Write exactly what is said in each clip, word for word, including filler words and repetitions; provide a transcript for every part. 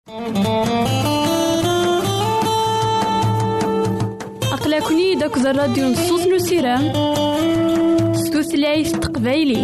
أقلكني داك الراديو نصوص نسيرام ستوثلايف تقبايلي.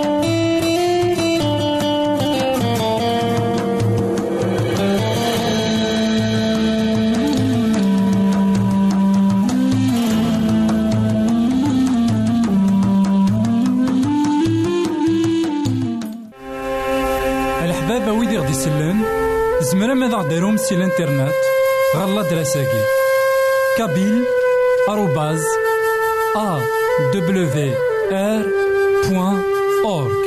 الحبابة ويدي غدي يسلن زمرا ماذا غديرهم سي الانترنت غالا دراساكي كابيل آروباز أ دبليو آر بوان أورك.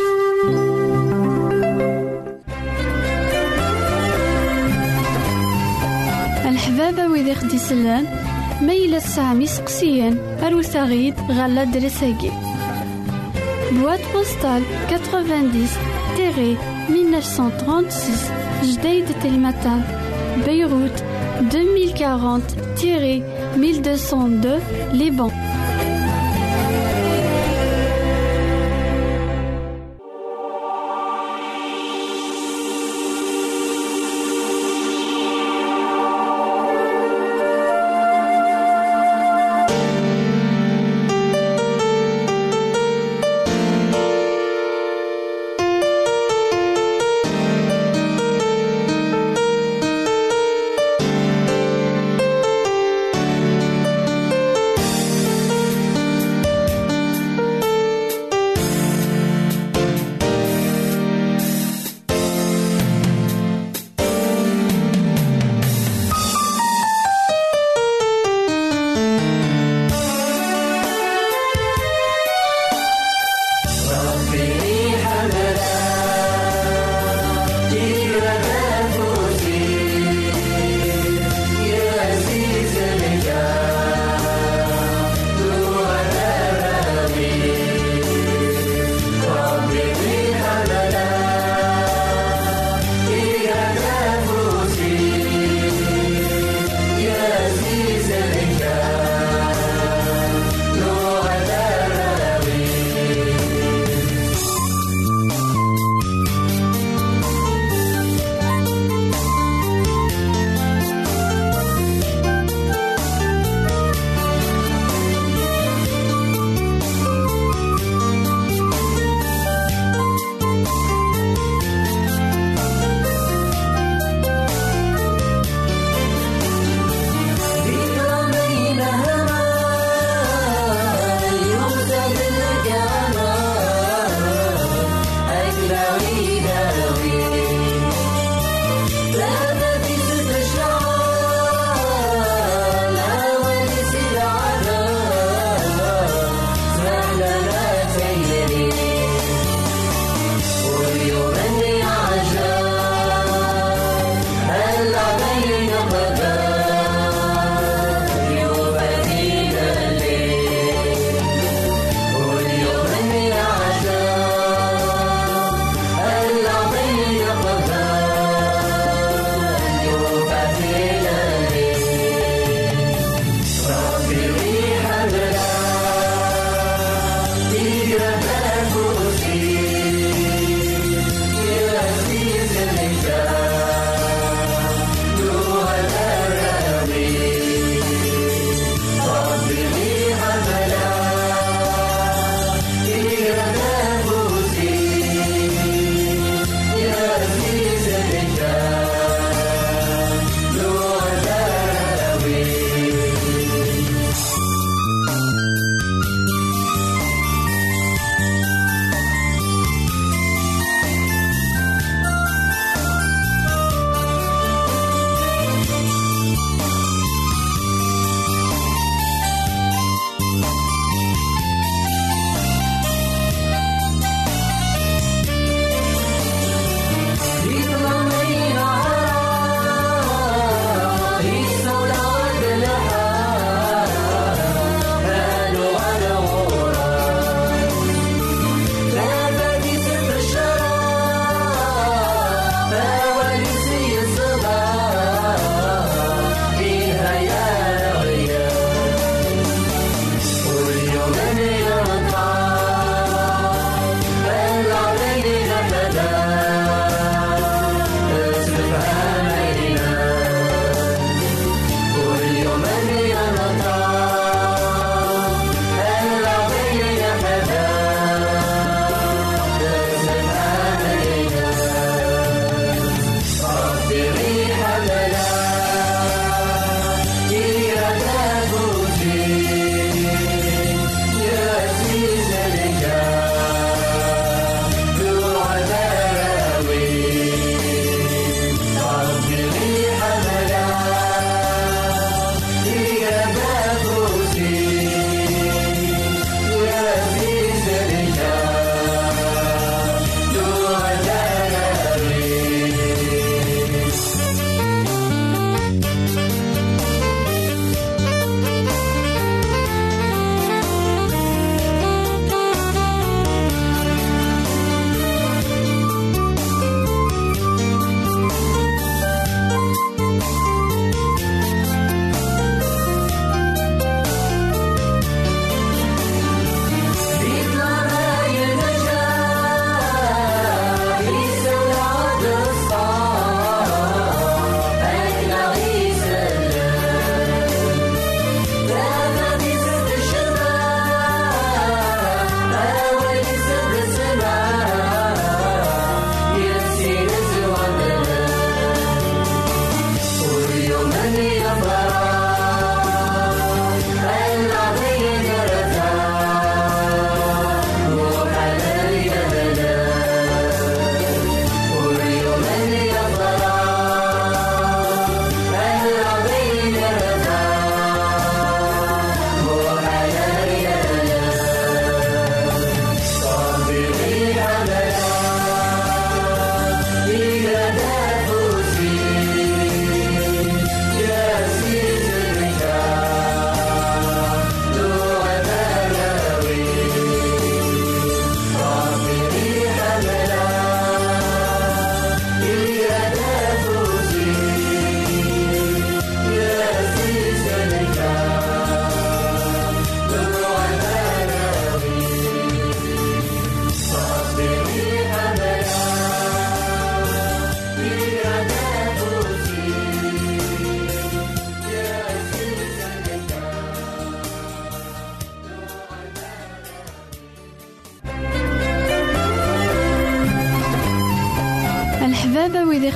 الحبابة ويدي غدي يسلن ميلا سامي سقسيان أروساغيد غالا دراساكي بواد بوستال تسعين mille neuf cent trente-six جديد تلمتان بيروت deux mille quarante mille deux cent deux Liban.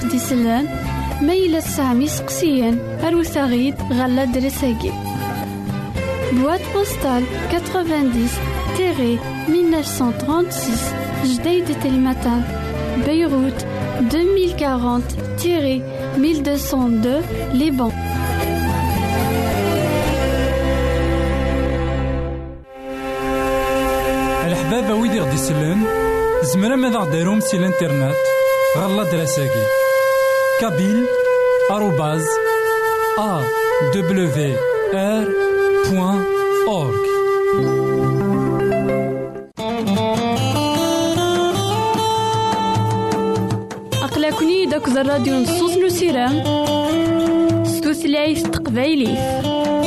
غدي سلان ميلا سامي سقسيان أروساغيد غالا درساكي. Boîte postale quatre-vingt-dix mille neuf cent trente-six Jdeï de Télématin, Beyrouth deux mille quarante mille deux cent deux Liban. الحبابة ويدي غدي يسلن زمرا ماذا غديرهم سي الانترنت غالا دراساكي كابيل آروباز أ دبليو آر بوان أورغ. أقلكني داك الراديو نصوص نسيران ستوثلايف تقبايلي.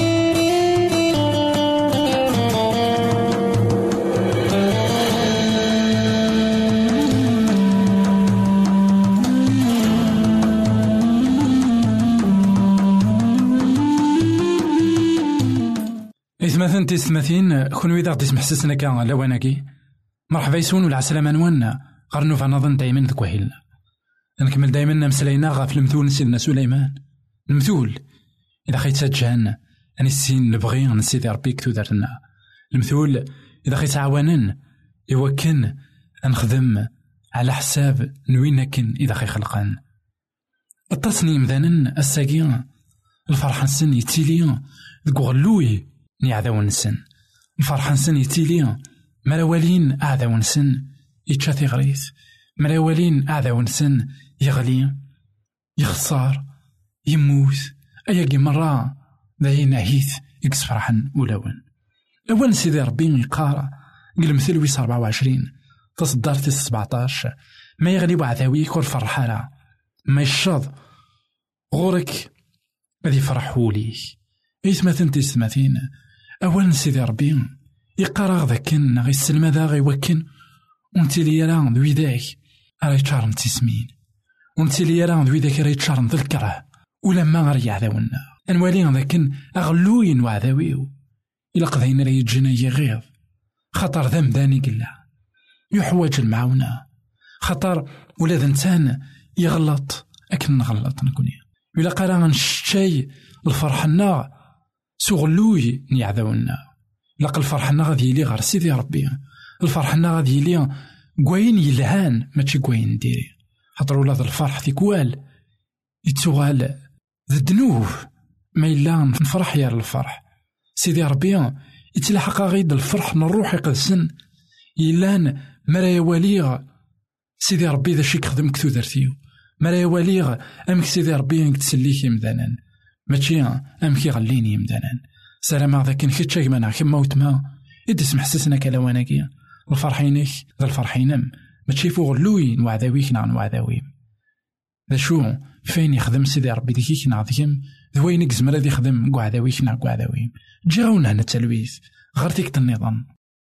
إثماثن تيستماثين كون ويدا غدي تسمحسسنا كا لواناكي مرحبا يسون ولا عسلامة نوانا غير نوفا نظن دايما ذك وهيلنا نكمل دايما مسلاينا غا في المثول سيدنا سليمان. المثول إذا خيت سجان أني السين نبغي نسيدي ربي كتو دارنا. المثول إذا خيت عوانن يوكن نخدم على حساب نوينكن إذا خي خلقان. التصنيم ذانن الساقين الفرحان سن يتيليون ذك غلوي نعذاو نسن الفرحان سن يتيليون مراوالين أعذاو نسن يتشاثي غريث مراوالين أعذاو نسن يغلي يخسر يموت أياقي مرة ذاين عهيث يكس فرحا ولاون. أول سيدي ربي يقارا قل مثل ويس أربعة وعشرين تصدرت السبعتاش ما يغلي وعذاوي كور فرحارا ما يشاض غورك غادي يفرحوا ليه إيثماثن تيستماثين. أولا سيدي ربي يقرا غذاكن غي السلمى ذا غي وكن ونتي لي راه ذوي ذاك راه يتشارن تيسمين ونتي لي راه ذوي ذاك راه يتشارن ذا الكره ولما غير يعذاونا انوالي غذاكن أغلوين وعذاويو إلا قضينا راه يجينا يغيظ خطر ذم داني قلا يحوج المعاونة خطر ولاد انسان يغلط أكن نغلط نكوني إلا قرا نشتي الفرحنا سوغلوي نيعذاونا لقى الفرحنا غادي يلي غير سيدي ربي الفرحنا غادي يلي كوين يلهان ماشي كوين ديري خاطر ولاد الفرح ثيكوال يتسوغال ذدنوه ما إلا نفرح يا الفرح سيدي ربي يتلاحق غيد الفرح نروح يقدسن يلان مرا واليغ سيدي ربي ذا شي كخدم كثو درتيو مرا واليغ أمك سيدي ربي تسليك يمدانا ماشي أمك يغليني يمدانا سلام ذاك نكتشاك مانا كما وتما إدس محسسنا كلواناكي الفرحينك ذا الفرحينم ماشي فوق غلوين وعذاويك نعن وعذاويم ذا شو فين يخدم سيدي ربي ديكيك نعطيهم ذوينك زمرا دي يخدم وعذاويك نعن وعذاويم جي غاونا هنا التلويث غير ديك النظام.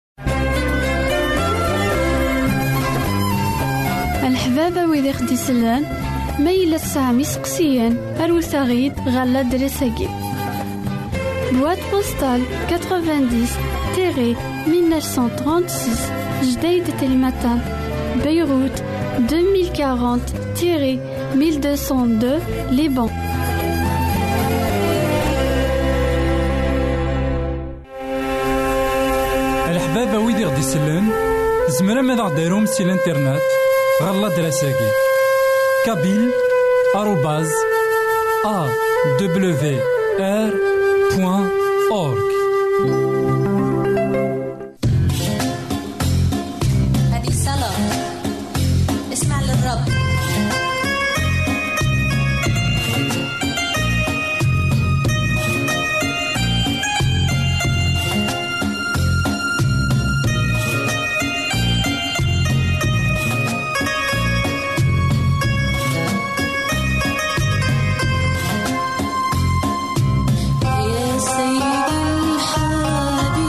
الحبابة ويدي خدي سلان ميلا سامي سقسيان أروساغيد غالا درساكي. Boîte postale quatre-vingt-dix mille neuf cent trente-six Jdeï de Télématin, Beyrouth deux mille quarante mille deux cent deux Liban. الحبابة ويدي غدي يسلن زمرا ماذا غديرهم سي الانترنت غالا دراساكي كابيل آروباز أ دبليو آر بوان أورغ. هذه صلاة اسمع للرب. يا سيد الحبيب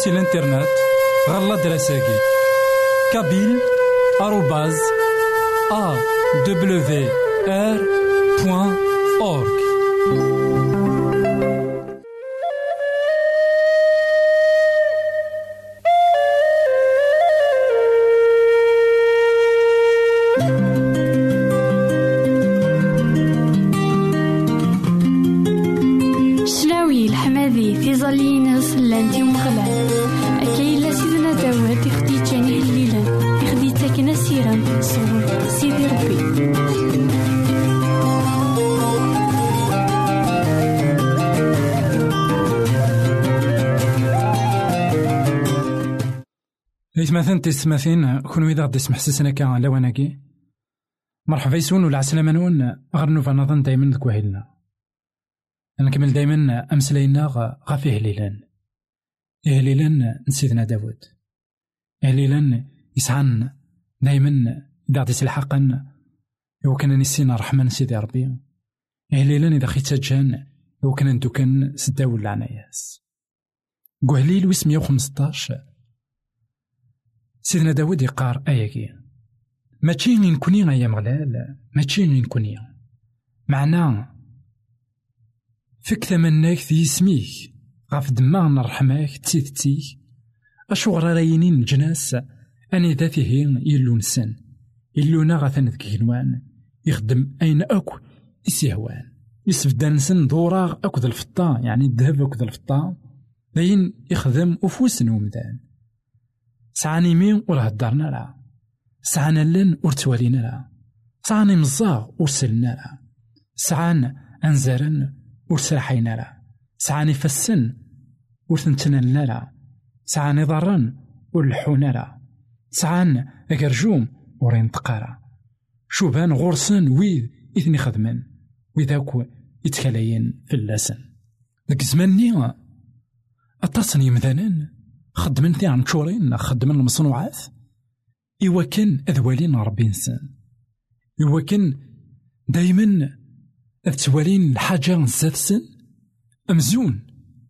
سي الانترنت غالا دراساكي كابيل آروباز أ دبليو آر بوان أورك. الحمادي في ظلين صلانتي ومغلان أكيلا سيدنا داود يخدي جاني الليلا يخدي تاكنا سيران صور سيدي ربي. إثماثن تسماثين كونو إذا غدي سمح سسنا كان لواناكي مرحبا يسون ولا عسلامة نون غير نوفا نظن دايما ذكوهيلنا نكمل دايما أمسلينا غافي هليلان هليلان نسيدنا داود هليلان يسعن دايما إذا غدي سلحقا وكان نسينا رحمن سيدي ربي هليلان إذا خيت جان وكان ندو كان سداول العناياس قهليل ويسمية وخمسطاش. سيدنا داود يقار آياكي ماشي نكوني غايا مغلال ماشي نكوني معنا فك ثمناك في اسميك غاف دماغ نرحماك تسيتيك أشو غراينين جناس أني ذاته يلو نسن يلونا غاثن ذكينوان يخدم أين أكو يسيهوان يسفدان نسن دوراغ أكو ذا الفطا يعني الذهب أكو ذا الفطا باين يخدم أفوسن ومدان سعاني مين وراه دارنا لا سعانا لن ورتوالينا لا سعاني مزاغ ورسلنا لا سعان أنزارن ورسرحينا لا سعاني فالسن ورثنتنا لنا لا سعاني ضرن ورلحونا لا سعان أكرجوم ورينتقارا شوبان غرسن ويذ إثني خدمن ويذاكو يتكاليين في اللسن ذاك زماني أتصني مثلا خدمن ثي عن شورين خدمن المصنوعات إوا كان أذوالين ربي نسان إوا كان دايما أتوالين الحاجة نزات سن أمزون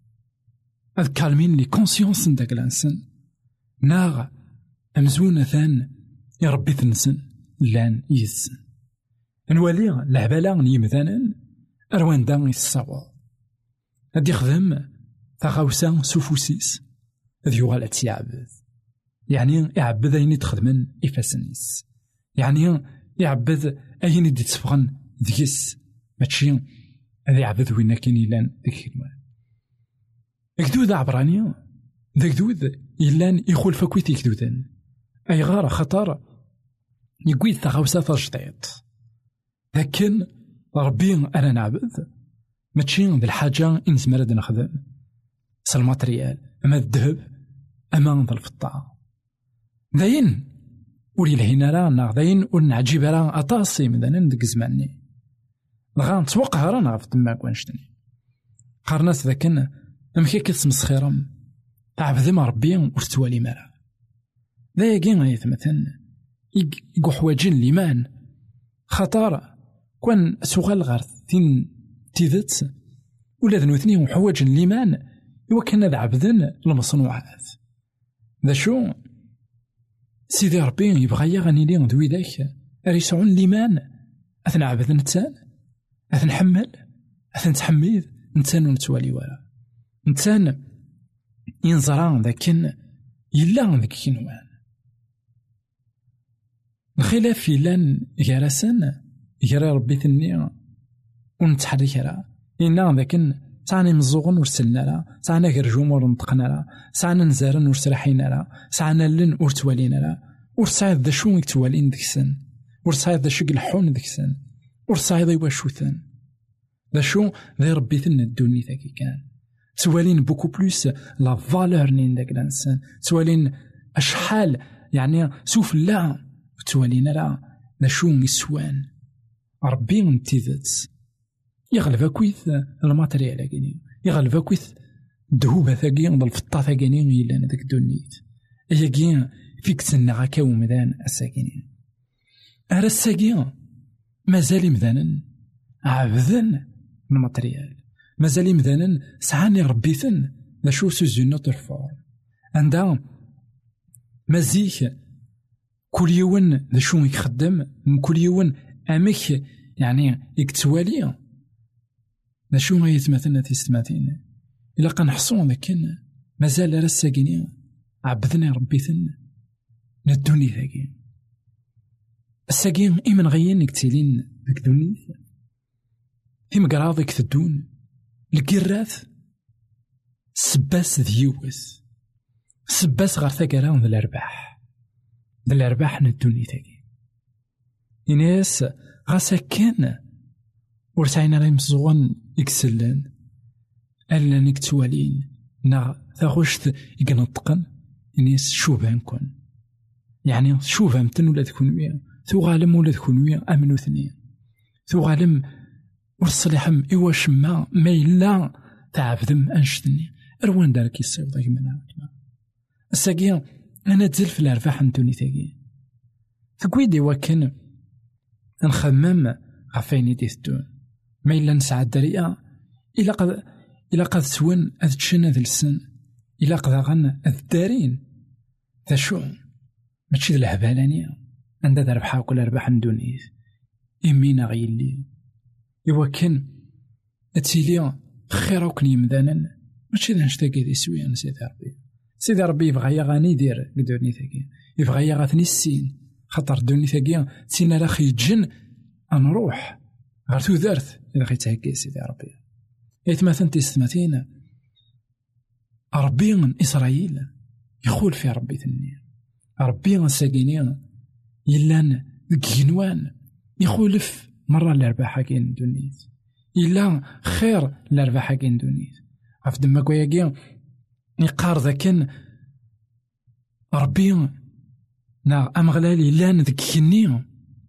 أذ كالمين لي كونسيونس نداك الانسان ناغ أمزون ثان يربي ثنسن لان يسن نوالي العبالة نيمثانا أروان دان يتصاوض هاد يخدم ثغاوسا سوفوسيس هذ يغال يعبد يعني يعبد أين يتخدمن إفاسنيس يعني يعبد أين يتسفغن ذيس ماشي هذا يعبد وين كاين إلان ذيك الوان كدود عبراني ذاك دود إلان يخول فكويت يكدودن أي غارة خطر يقويد ثغاوسا تجديد لكن ربي أنا نعبد ماشي ذي الحاجة إنس مراد نخدم سالماتريال أما الذهب أما ذا الفطاء داين ولي الهنا راه ناغداين ونعجب راه أطاسي مثلا ندك زماني لغا نتوقع راه نعرف تماك وانشتني قارنات ذاكن أمكي كتسمسخيرم تعبد ما ربي ورتوالي مرا ذا يقين غايث مثلا يقو حواجين ليمان خطر كون سوغال غارث تين تيذت ولا ذنوثني وحواجين ليمان إوا كان ذا عبدن المصنوعات ذا شو سيدي ربي يبغى يغني لي ندوي ذاك ريسعون ليمان أثنى عبد نتسان أثنى حمل أثنى تحميد نتسان ونتوالي ولا نتسان ينزران ذاكن يلا ذاك كينوان الخلاف يلان جرسن جرى ربي ثني ونتحرك راه إنا ذاكن ساعنا مزوغن ورسلنا لا ساعنا كرجوم ورنطقنا لا ساعنا نزارن ورسرحينا لا ساعنا لن ورتوالينا لا ورسايد ذا شو يتوالين ذيك السن ورسايد ذا شو يلحون ذيك السن ورسايد ذا واش ثان ذا شو ذا ربي ثنا الدوني ذاك كان توالين بوكو بلوس لا فالور نين ذاك الانسان توالين اشحال يعني سوف لا توالينا لا ذا شو يسوان ربي انتذت يغلب كويث الماتريال كاين يغلب كويث الذهوب ثاقين الفطا ثاقين إلا ذاك الدنيت هي كاين فيك تسنى غاكا ومذان الساكنين أرى الساقين مازال مذانا عبذن الماتريال مازال مذانا سعاني ربيثن لا شو سوز اون اوتر فورم عندها مزيك كل يوم ذا شو يخدم من كل يوم أمك يعني يكتوالي ذا شو ما يتمثلنا تيستماثين إلا قنحصون لكن مازال رساقيني عبدنا ربي ثن ندوني ذاكي الساقين إيمن غيين نكتلين ذاك دوني في مقراضك تدون القراث سباس ذيوس سباس غير ثقران ذا الأرباح ذا الأرباح ندوني ذاكي إناس غاسا كان ورسعينا راي مزغون يكسلن ألا نكتوالين نا ثاغوشت يقنطقن إنيس شوفان كون يعني شوفان تن ولا تكون ويا ثو غالم ولا تكون ويا أمنو ثنين ثو غالم ورصليحم إواش ما ما إلا تعبدم أنشتني أروان دارك يصيب ضيق منها الساقيا أنا تزل في الأرباح ندوني ثاقي ثقويدي وكان نخمم غفايني ديثتون ما إلا نسعى الدريئة إلا قد إلا قد سوين أذتشن ذا السن إلا قد غن الدارين ذا شو ماشي ذا الهبالانية عند ذا ربحا وكل ربح ندونيث إمينا غيلي إوا كان أتسيلي خير وكن يمذانا ماشي ذا نشتاقي ذي سويا سيدي ربي سيدي ربي يبغى يغاني يدير قدوني ثاقي يبغى يغاثني السين خطر دوني ثاقي سينا لا خيجن نروح غير تودرت إذا غيت هكا سيدي ربي يتمثل تيستماتين ربي إسرائيل يخول في ربي ثنين ربي الساقينين يلان جنوان يخولف مرة الأرباح كاين دونيت إلا خير الأرباح كاين دونيت عف دما كوياكيا يقار ذاكن ربي نا أمغلالي لان ذك كنيا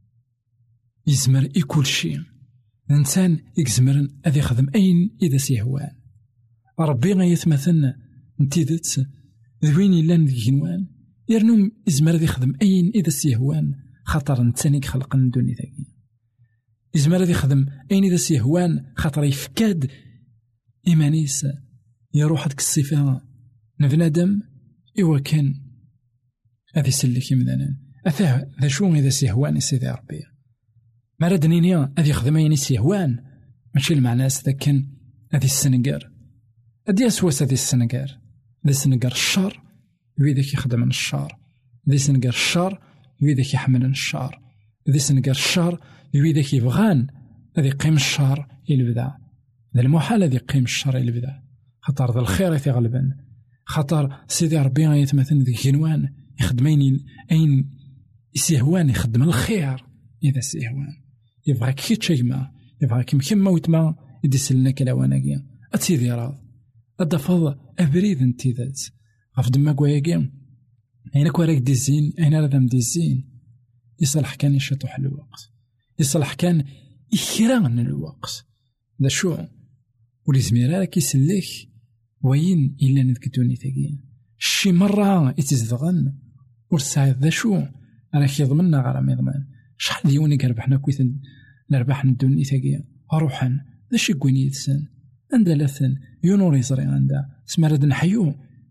يزمر إي كل شيء الإنسان يكزمرن أذي يخدم أين إذا سيهوان ربي غيتمثلن نتيدت ذوين إلا نذينوان يرنوم يزمر ذي يخدم أين إذا سيهوان خاطر نتانيك خلق ندوني ذاكي يزمر ذي يخدم أين إذا سيهوان خاطر يفكاد إيمانيس يروح هدك الصفة نبنادم إوا كان هذي سلك يمدانا أثاه ذا شو إذا سيهوان سيدي ربي مراد نينيا أذي يخدم أين سيهوان ماشي المعنى ذاكن هذي السنقار أدي أسواس هذي السنقار ذي السنقار الشر يويدك يخدم من الشر ذي سنقار الشر يويدك يحمل من الشر ذي سنقار الشر يويدك يبغان هذي قيم الشر يلبدا ذا المحال هذي قيم الشر يلبدا خطر ذا الخير يتغلبن خطر سيدي ربي يتمثل ذي جنوان يخدمين أين يسيهوان يخدم الخير إذا سيهوان يبغى كي تشيما يبغى كي مكما وتما يدي سلنا كلاواناكيا أتسيدي راض أدفض أبريد انتيذات غف دما كواياكيا أين كواراك دي الزين أين رادم دي الزين يصلح كان يشطح الوقت يصلح كان يخران الوقت ذا شو ولي زميرا راك يسلك وين إلا نذكتوني ثقيا شي مرة يتزدغن ورساعد ذا شو راك يضمننا غير ما يضمن شحال ديوني كربحنا كويثن نربح ندوني ثقيا روحا ذا شي كوين يتسن عند لثن يونور يزري عندها سمرد نحيو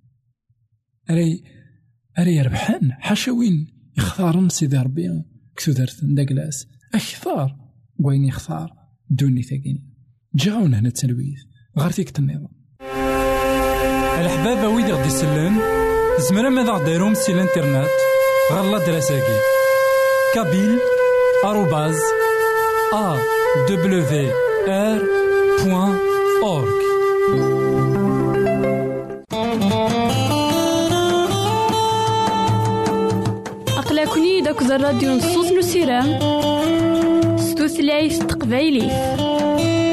أري أري يربحن حاشا وين يختارن سيدي ربي كتو درت نداكلاس أكثر وين يختار دوني ثقيني جاون هنا التلويث غير فيك النظام الحباب ويدي غدي يسلم زمرا ماذا دايروم سي الانترنت غالا دراساكي كابيل آروباز أ دبليو آر بوان أورك. أقلكني داك الراديو نصوص نسيرام ستوثلايف تقبايلي